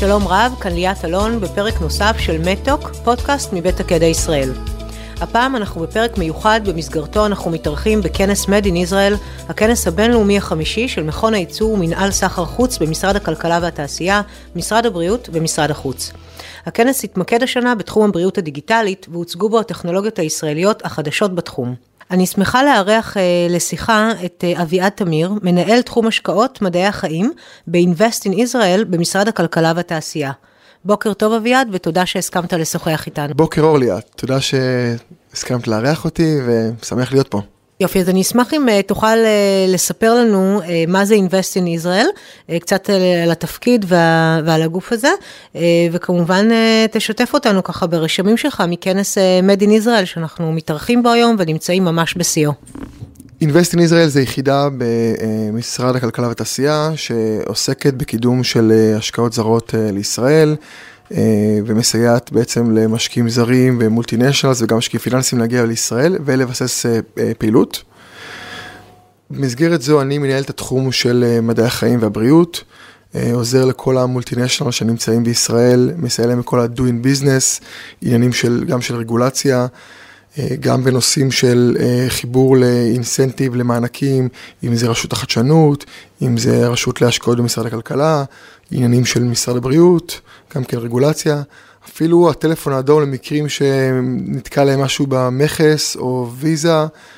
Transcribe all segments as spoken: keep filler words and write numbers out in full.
שלום רב, כאן ליאת אלון בפרק נוסף של מטוק, פודקאסט מבית הקדע ישראל. הפעם אנחנו בפרק מיוחד, במסגרתו אנחנו מתארחים בכנס Made in Israel, הכנס הבינלאומי החמישי של מכון הייצור ומנהל סחר חוץ במשרד הכלכלה והתעשייה, משרד הבריאות ומשרד החוץ. הכנס התמקד השנה בתחום הבריאות הדיגיטלית, והוצגו בו הטכנולוגיות הישראליות החדשות בתחום. אני שמחה לארח אה, לשיחה את אה, אביעד תמיר, מנהל תחום השקעות מדעי החיים ב-Invest in Israel במשרד הכלכלה והתעשייה. בוקר טוב אביעד, ותודה שהסכמת לשוחח איתנו. בוקר אור ליאת, תודה שהסכמת לארח אותי ושמח להיות פה. יופי, אז אני אשמח אם uh, תוכל uh, לספר לנו uh, מה זה Invest in Israel, uh, קצת uh, על התפקיד וה, ועל הגוף הזה, uh, וכמובן uh, תשתף אותנו ככה ברשמים שלך מכנס uh, Made in Israel שאנחנו מתארחים בו היום ונמצאים ממש בסיום. Invest in Israel זה יחידה במשרד הכלכלה והתעשייה שעוסקת בקידום של השקעות זרות לישראל, ומסייעת בעצם למשקיעים זרים ומולטינשנלס וגם משקיעים פיננסיים להגיע לישראל ולבסס פעילות. במסגרת זו אני מנהל את התחום של מדעי החיים והבריאות, עוזר לכל המולטינשנל שנמצאים בישראל, מסייע להם בכל ה-doing business, עניינים של, גם של רגולציה, גם בנושאים של חיבור לאינסנטיב, למענקים, אם זה רשות החדשנות, אם זה רשות להשקעות במשרד הכלכלה, עניינים של משרד הבריאות, גם כן רגולציה, אפילו הטלפון האדום למקרים שנתקע להם משהו במכס או ויזה,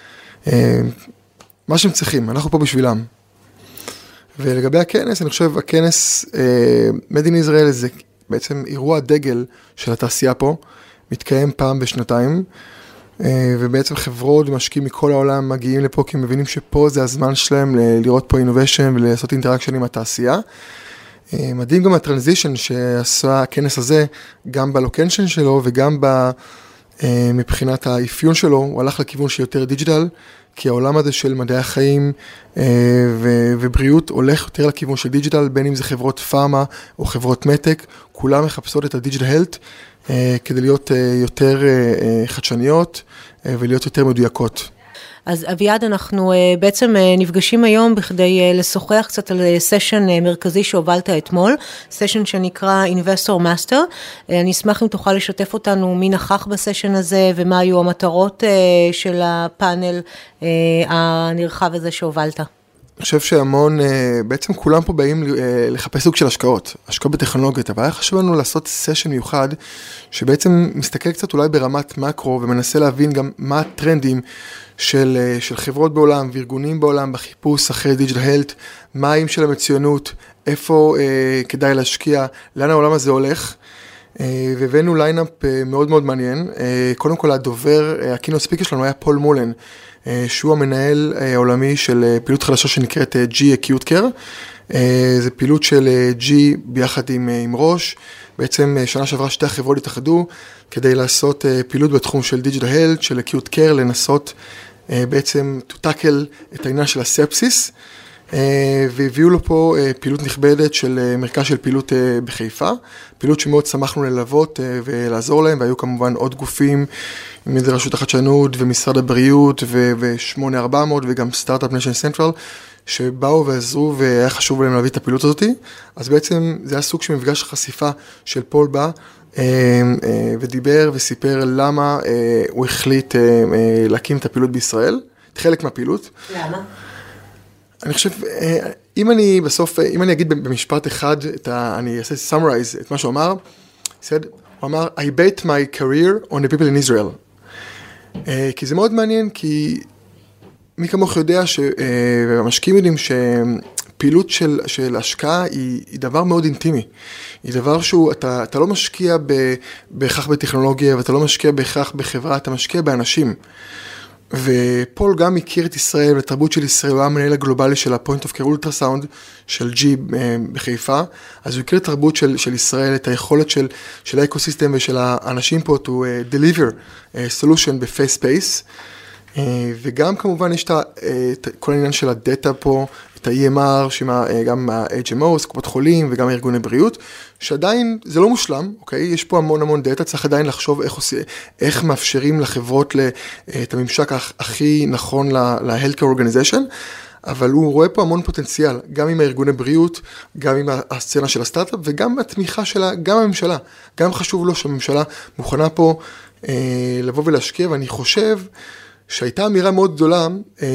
מה שהם צריכים, אנחנו פה בשבילם. ולגבי הכנס, אני חושב, הכנס Made in Israel זה בעצם אירוע דגל של התעשייה פה, מתקיים פעם בשנתיים, ובעצם חברות ומשקיעים מכל העולם מגיעים לפה כי הם מבינים שפה זה הזמן שלהם לראות פה אינוביישן ולעשות אינטראקשן עם התעשייה. מדהים גם הטרנזישן שעשה הכנס הזה, גם בלוקיישן שלו וגם מבחינת האפיון שלו, הוא הלך לכיוון שיותר דיג'יטל, כי העולם הזה של מדעי החיים ובריאות הולך יותר לכיוון של דיג'יטל, בין אם זה חברות פארמה או חברות מטק, כולם מחפשות את הדיג'יטל הלט, כדי להיות יותר חדשניות ולהיות יותר מדויקות. אז אביעד, אנחנו בעצם נפגשים היום בכדי לשוחח קצת על סשן מרכזי שהובלת אתמול, סשן שנקרא Investor Master. אני אשמח אם תוכל לשתף אותנו מי נכח בסשן הזה ומה היו המטרות של הפאנל הנרחב הזה שהובלת. אני חושב שהמון, בעצם כולם פה באים לחפש סוג של השקעות, השקעות בטכנולוגיות, אבל היה חשוב לנו לעשות סשן מיוחד, שבעצם מסתכל קצת אולי ברמת מקרו, ומנסה להבין גם מה הטרנדים של, של חברות בעולם, וארגונים בעולם, בחיפוש אחרי דיג'יטל הלט, מה האיים של המצוינות, איפה אה, כדאי להשקיע, לאן העולם הזה הולך, אה, והבאנו ליינאפ אה, מאוד מאוד מעניין. אה, קודם כל הדובר, אה, הקינות ספיקר שלנו היה פול מולן, שהוא המנהל העולמי של פעילות חדשה שנקראת G Acute Care. זה פעילות של G ביחד עם, עם ראש. בעצם שנה שעברה שתי החברות התאחדו כדי לעשות פעילות בתחום של Digital Health, של Acute Care, לנסות בעצם to tackle את העניין של הספסיס. והביאו לו פה פעילות נכבדת של מרכז של פעילות בחיפה, פעילות שמאוד שמחנו ללוות ולעזור להם, והיו כמובן עוד גופים, אם זה רשות החדשנות ומשרד הבריאות ו-שמונה ארבע מאות וגם סטארט-אפ ניישן סנטרל, שבאו ועזרו והיה חשוב להם להביא את הפעילות הזאת. אז בעצם זה היה סוג של מפגש חשיפה של פול בא, ודיבר וסיפר למה הוא החליט להקים את הפעילות בישראל, את חלק מהפעילות. למה? אני חושב, אם אני בסוף, אם אני אגיד במשפט אחד, את ה, אני אעשה summarize את מה שהוא אמר, הוא אמר, I bet my career on the people in Israel. כי זה מאוד מעניין, כי מי כמוך יודע שהמשקיעים יודעים שפעילות של, של השקעה היא, היא דבר מאוד אינטימי. היא דבר שהוא, אתה, אתה לא משקיע בהכרח בטכנולוגיה, ואתה לא משקיע בהכרח בחברה, אתה משקיע באנשים. ופול גם הכיר את ישראל והתרבות של ישראל, הוא היה המנהל הגלובלי של ה-Point of Care Ultrasound של G בחיפה, אז הוא הכיר את התרבות של, של ישראל, את היכולת של, של האקוסיסטם ושל האנשים פה to uh, deliver uh, solution ב-face space, uh, וגם כמובן יש את, את כל העניין של הדאטה פה, את ה-E M R, גם ה-H M O, קופות חולים וגם ארגוני בריאות, שעדיין זה לא מושלם, אוקיי? יש פה המון המון דאטה, צריך עדיין לחשוב איך, עושה, איך מאפשרים לחברות את הממשק הכי נכון ל-Healthcare Organization, אבל הוא רואה פה המון פוטנציאל, גם עם הארגוני בריאות, גם עם הסצנה של הסטארט-אפ, וגם התמיכה שלה, גם הממשלה. גם חשוב לו שהממשלה מוכנה פה אה, לבוא ולהשקיע, ואני חושב שהייתה אמירה מאוד גדולה, אה,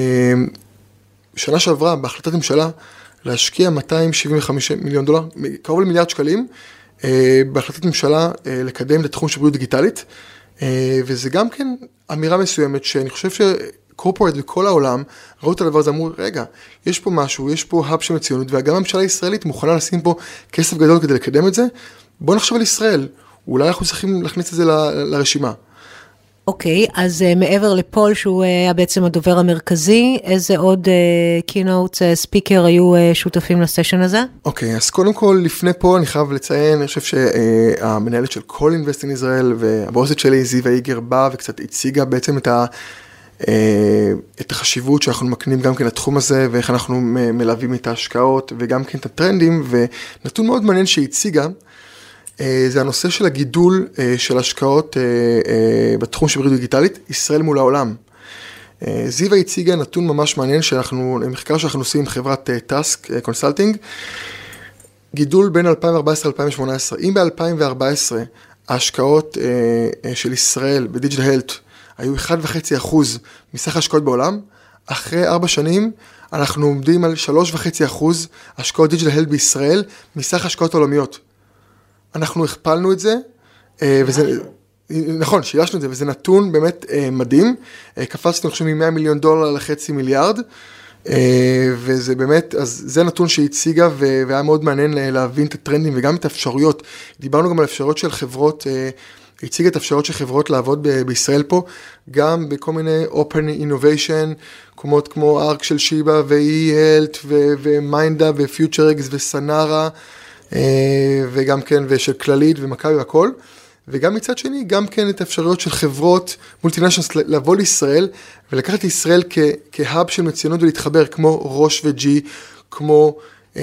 שנה שעברה, בהחלטת ממשלה, להשקיע מאתיים שבעים וחמישה מיליון דולר, קרוב למיליארד שקלים, אה, בהחלטת ממשלה אה, לקדם את התחום של בריאות דיגיטלית, אה, וזה גם כן אמירה מסוימת שאני חושב ש... קורפורט וכל העולם, ראו את הדבר הזה, אמרו, רגע, יש פה משהו, יש פה האב של מציונות, וגם הממשלה הישראלית מוכנה לשים פה כסף גדול כדי לקדם את זה, בואו נחשוב על ישראל, אולי אנחנו צריכים להכניס את זה ל- לרשימה. אוקיי, okay, אז uh, מעבר לפול, שהוא היה uh, בעצם הדובר המרכזי, איזה עוד keynote uh, speaker היו uh, שותפים לסשן הזה? אוקיי, okay, אז קודם כל, לפני פה אני חייב לציין, אני חושב שהמנהלת uh, של Call Invest in Israel, והבוסית שלי, זיווה איגר, באה וקצת הציגה בעצם את ה... את החשיבות שאנחנו מקנים גם כן לתחום הזה, ואיך אנחנו מלווים את ההשקעות, וגם כן את הטרנדים, ונתון מאוד מעניין שהציגה, זה הנושא של הגידול של השקעות בתחום של בריאות דיגיטלית, ישראל מול העולם. זיווה הציגה נתון ממש מעניין, שאנחנו, מחקר שאנחנו עושים עם חברת טאסק קונסלטינג, גידול בין אלפיים וארבע עשרה ל-אלפיים ושמונה עשרה. אם ב-אלפיים וארבע עשרה ההשקעות של ישראל בדיגיטל הלט, היו אחד וחצי אחוז מסך ההשקעות בעולם, אחרי ארבע שנים אנחנו עומדים על שלוש וחצי אחוז השקעות דיגיטל הלט בישראל מסך ההשקעות העולמיות. אנחנו הכפלנו את זה, וזה, נכון, שילשנו את זה, וזה נתון באמת מדהים, קפצנו עכשיו מ-מאה מיליון דולר לחצי מיליארד, וזה באמת, אז זה נתון שהציגה, והיה מאוד מעניין להבין את הטרנדים וגם את האפשרויות. דיברנו גם על אפשרויות של חברות, הציג את אפשרות של חברות לעבוד ב- בישראל פה, גם בכל מיני open innovation, קומות כמו ארק של שיבה ו-e-health ומיינדה ופיוטרקס וסנרה, וגם כן ושל כללית ומכבי והכל, וגם מצד שני, גם כן את האפשרויות של חברות מולטינשיונלס לבוא לישראל, ולקחת לישראל כ- כהאב של מצוינות ולהתחבר, כמו רוש וג'י, כמו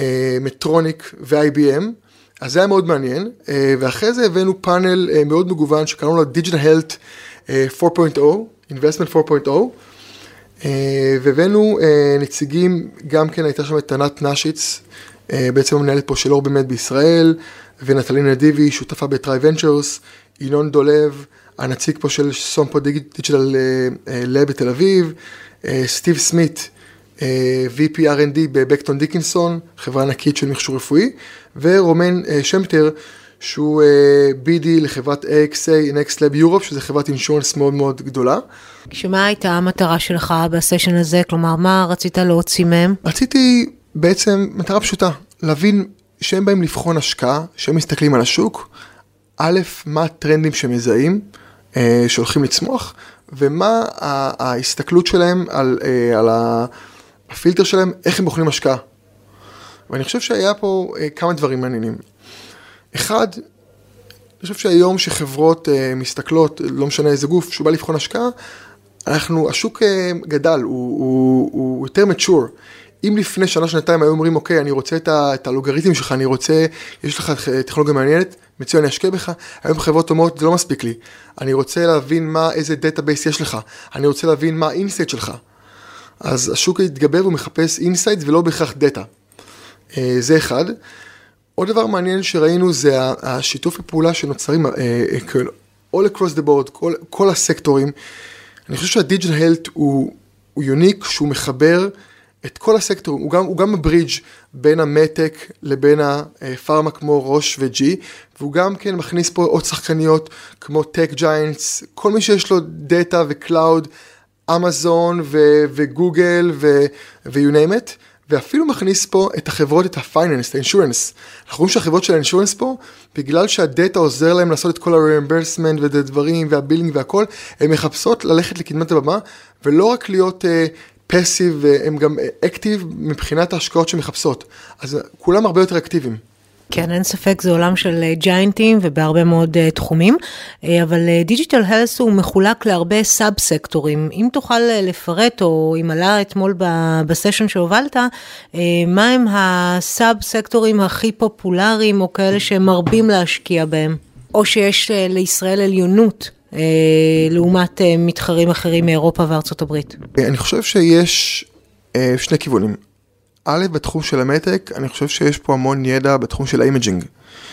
מטרוניק ו-איי בי אם, אז זה היה מאוד מעניין, ואחרי זה הבאנו פאנל מאוד מגוון שקראנו לו Digital Health פור נקודה אפס, Investment פור נקודה אפס, והבאנו נציגים, גם כן הייתה שם את ענת נשיץ, בעצם המנהלת פה של אור באמת בישראל, ונטלין נדיבי, שותפה בטרי ונצ'רס, ינון דולב, הנציג פה של סומפו דיגיטל לב בתל אביב, סטיב סמית, וי פי אר אנד די בבקטון דיקינסון, חברה ענקית של מכשור רפואי, ורומן שמפטר, שהוא בי די לחברת איי אקס איי, Next Lab Europe, שזה חברת אינשורנס מאוד מאוד גדולה. שמה הייתה המטרה שלך בסשן הזה? כלומר, מה רצית להוציא מהם? רציתי בעצם מטרה פשוטה, להבין שהם באים לבחון השקעה, שהם מסתכלים על השוק, א', מה הטרנדים שמזהים, שהולכים לצמוח, ומה ההסתכלות שלהם על, על הפילטר שלהם, איך הם בוחנים השקעה. ואני חושב שהיה פה כמה דברים מעניינים. אחד, אני חושב שהיום שחברות מסתכלות, לא משנה איזה גוף, שהוא בא לבחון השקעה, אנחנו, השוק גדל, הוא, הוא, הוא יותר mature. אם לפני שנה, שנתיים היו אומרים, אוקיי, אני רוצה את, ה, את האלוגריתם שלך, אני רוצה, יש לך טכנולוגיה מעניינת, מצוין, אני אשקיע בך, היום חברות אומרות, זה לא מספיק לי. אני רוצה להבין מה, איזה דאטאבייס יש לך. אני רוצה להבין מה האינסייט שלך. אז השוק יתגבר ומחפש אינסייט ולא בהכרח דאטה. זה אחד. עוד דבר מעניין שראינו זה השיתוף הפעולה שנוצרים, all across the board, כל, כל הסקטורים. אני חושב שהדיגיטל הלט הוא, הוא יוניק, שהוא מחבר את כל הסקטורים, הוא גם, הוא גם הברידג' בין המטק לבין הפארמה כמו רוש וג'י, והוא גם כן מכניס פה עוד שחקניות כמו טק ג'יינטס, כל מי שיש לו דאטה וקלאוד, אמזון וגוגל ו-you name it, ואפילו מכניס פה את החברות, את הפייננס, את האינשורנס. אנחנו רואים שהחברות של האינשורנס פה, בגלל שהדאטה עוזר להם לעשות את כל ה-reimbursement והדברים והבילינג והכל, הן מחפשות ללכת לקדמת הבמה, ולא רק להיות פסיב, הם גם אקטיב מבחינת ההשקעות שמחפשות. אז כולם הרבה יותר אקטיביים. כן, אין ספק, זה עולם של ג'יינטים ובהרבה מאוד uh, תחומים, uh, אבל דיגיטל uh, הלס הוא מחולק להרבה סאב-סקטורים. אם תוכל uh, לפרט, או אם עלה אתמול ב- בסשן שהובלת, uh, מה הם הסאב-סקטורים הכי פופולריים, או כאלה שמרבים להשקיע בהם, או שיש uh, לישראל עליונות, uh, לעומת uh, מתחרים אחרים מאירופה וארצות הברית? אני חושב שיש שני כיוונים. א', בתחום של המטק, אני חושב שיש פה המון ידע בתחום של האימג'ינג.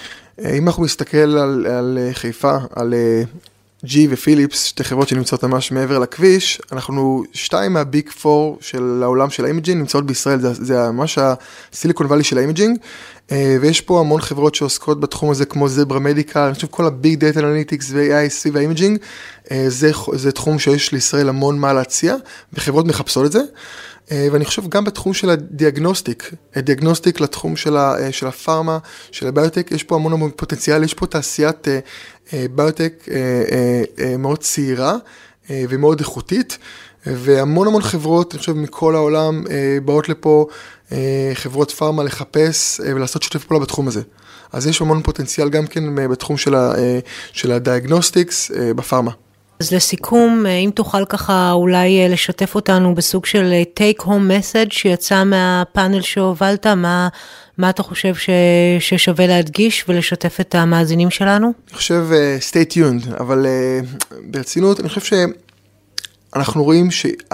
אם אנחנו מסתכל על, על חיפה, על ג'י ופיליפס, שתי חברות שנמצאות ממש מעבר לכביש, אנחנו שתיים מהביג פור של העולם של האימג'ינג, נמצאות בישראל, זה, זה ממש הסיליקון ואלי של האימג'ינג, ויש פה המון חברות שעוסקות בתחום הזה, כמו זברה מדיקל, אני חושב כל הביג דאטה אנליטיקס ו-איי איי סי והאימג'ינג, זה, זה תחום שיש לישראל המון מה להציע, וחברות מחפשות את זה, ואני חושב גם בתחום של הדיאגנוסטיק, הדיאגנוסטיק לתחום של, ה, של הפארמה, של הביוטק, יש פה המון המון פוטנציאל, יש פה תעשיית ביוטק מאוד צעירה ומאוד איכותית, והמון המון חברות, אני חושב, מכל העולם באות לפה חברות פארמה לחפש ולעשות שיתוף פעולה בתחום הזה. אז יש המון פוטנציאל גם כן בתחום של, ה, של הדיאגנוסטיקס בפארמה. אז לסיכום, אם תוכל ככה אולי לשתף אותנו בסוג של take home message שיצא מהפאנל שהובלת, מה, מה אתה חושב ש, ששווה להדגיש ולשתף את המאזינים שלנו? אני חושב uh, stay tuned, אבל uh, ברצינות, אני חושב שאנחנו רואים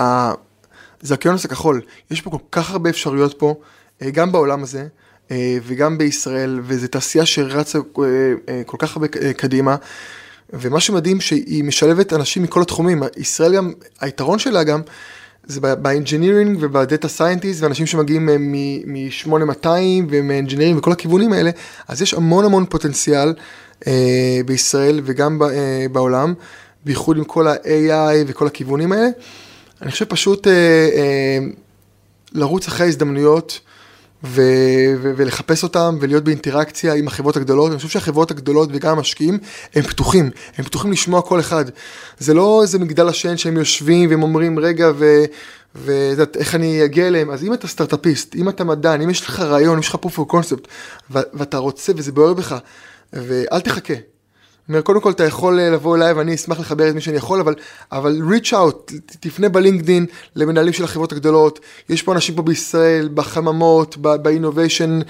שהזרקיונוס הכחול, יש פה כל כך הרבה אפשרויות פה, uh, גם בעולם הזה, uh, וגם בישראל, וזו תעשייה שרצה uh, uh, כל כך הרבה uh, קדימה, ומה שמדהים שהיא משלבת אנשים מכל התחומים, ישראל גם, היתרון שלה גם, זה באנג'ינירינג ובדאטה סיינטיסט, ואנשים שמגיעים מ-שמונה מאתיים ומאנג'ינירינג וכל הכיוונים האלה, אז יש המון המון פוטנציאל אה, בישראל וגם ב, אה, בעולם, בייחוד עם כל ה-איי איי וכל הכיוונים האלה. אני חושב פשוט אה, אה, לרוץ אחרי הזדמנויות, ו- ו- ולחפש אותם ולהיות באינטראקציה עם החברות הגדולות. אני חושב שהחברות הגדולות וגם המשקיעים הם פתוחים, הם פתוחים לשמוע כל אחד. זה לא איזה מגדל השן שהם יושבים והם אומרים רגע ו- ואיך אני אגיע אליהם. אז אם אתה סטארט-אפיסט, אם אתה מדען, אם יש לך רעיון, אם יש לך proof of concept ו- ואתה רוצה וזה בוער בך, ואל תחכה. אומר, קודם כל אתה יכול לבוא אליי ואני אשמח לחבר את מי שאני יכול, אבל, אבל reach out, תפנה בלינקדין למנהלים של החברות הגדולות, יש פה אנשים פה בישראל, בחממות, ב-innovation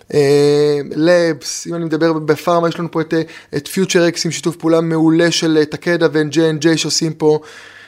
labs, אם אני מדבר בפארמה, יש לנו פה את, את FutureX עם שיתוף פעולה מעולה של תקדה ו-ג'יי אנד ג'יי שעושים פה,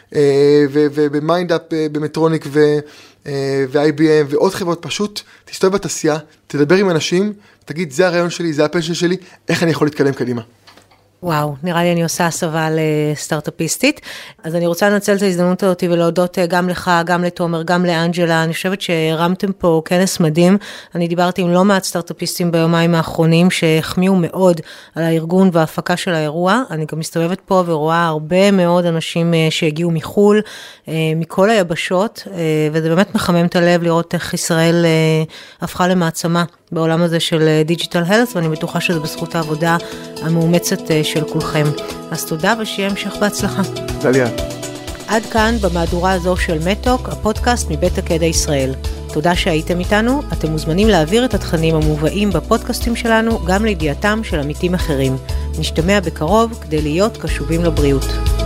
ובמיינדאפ במטרוניק ו-איי בי אם ועוד חברות, פשוט תסתובב בתעשייה, תדבר עם אנשים, תגיד זה הרעיון שלי, זה הפשן שלי, איך אני יכול להתקדם קדימה. וואו, נראה לי אני עושה הסבה לסטארט-אפיסטית, אז אני רוצה לנצל את ההזדמנות הזאת ולהודות גם לך, גם לתומר, גם לאנג'לה, אני חושבת שהרמתם פה כנס מדהים, אני דיברתי עם לא מעט סטארט-אפיסטים ביומיים האחרונים, שהחמיאו מאוד על הארגון וההפקה של האירוע, אני גם מסתובבת פה ורואה הרבה מאוד אנשים שהגיעו מחול, מכל היבשות, וזה באמת מחמם את הלב לראות איך ישראל הפכה למעצמה בעולם הזה של דיג'יטל הלס, ואני בטוחה שזה בזכות העבודה המאומצת של כולכם. אז תודה ושיהיה המשך בהצלחה. דליה. עד כאן במהדורה הזו של מטוק, הפודקאסט מבית הקדע ישראל. תודה שהייתם איתנו, אתם מוזמנים להעביר את התכנים המובאים בפודקאסטים שלנו גם לידיעתם של עמיתים אחרים. נשתמע בקרוב כדי להיות קשובים לבריאות.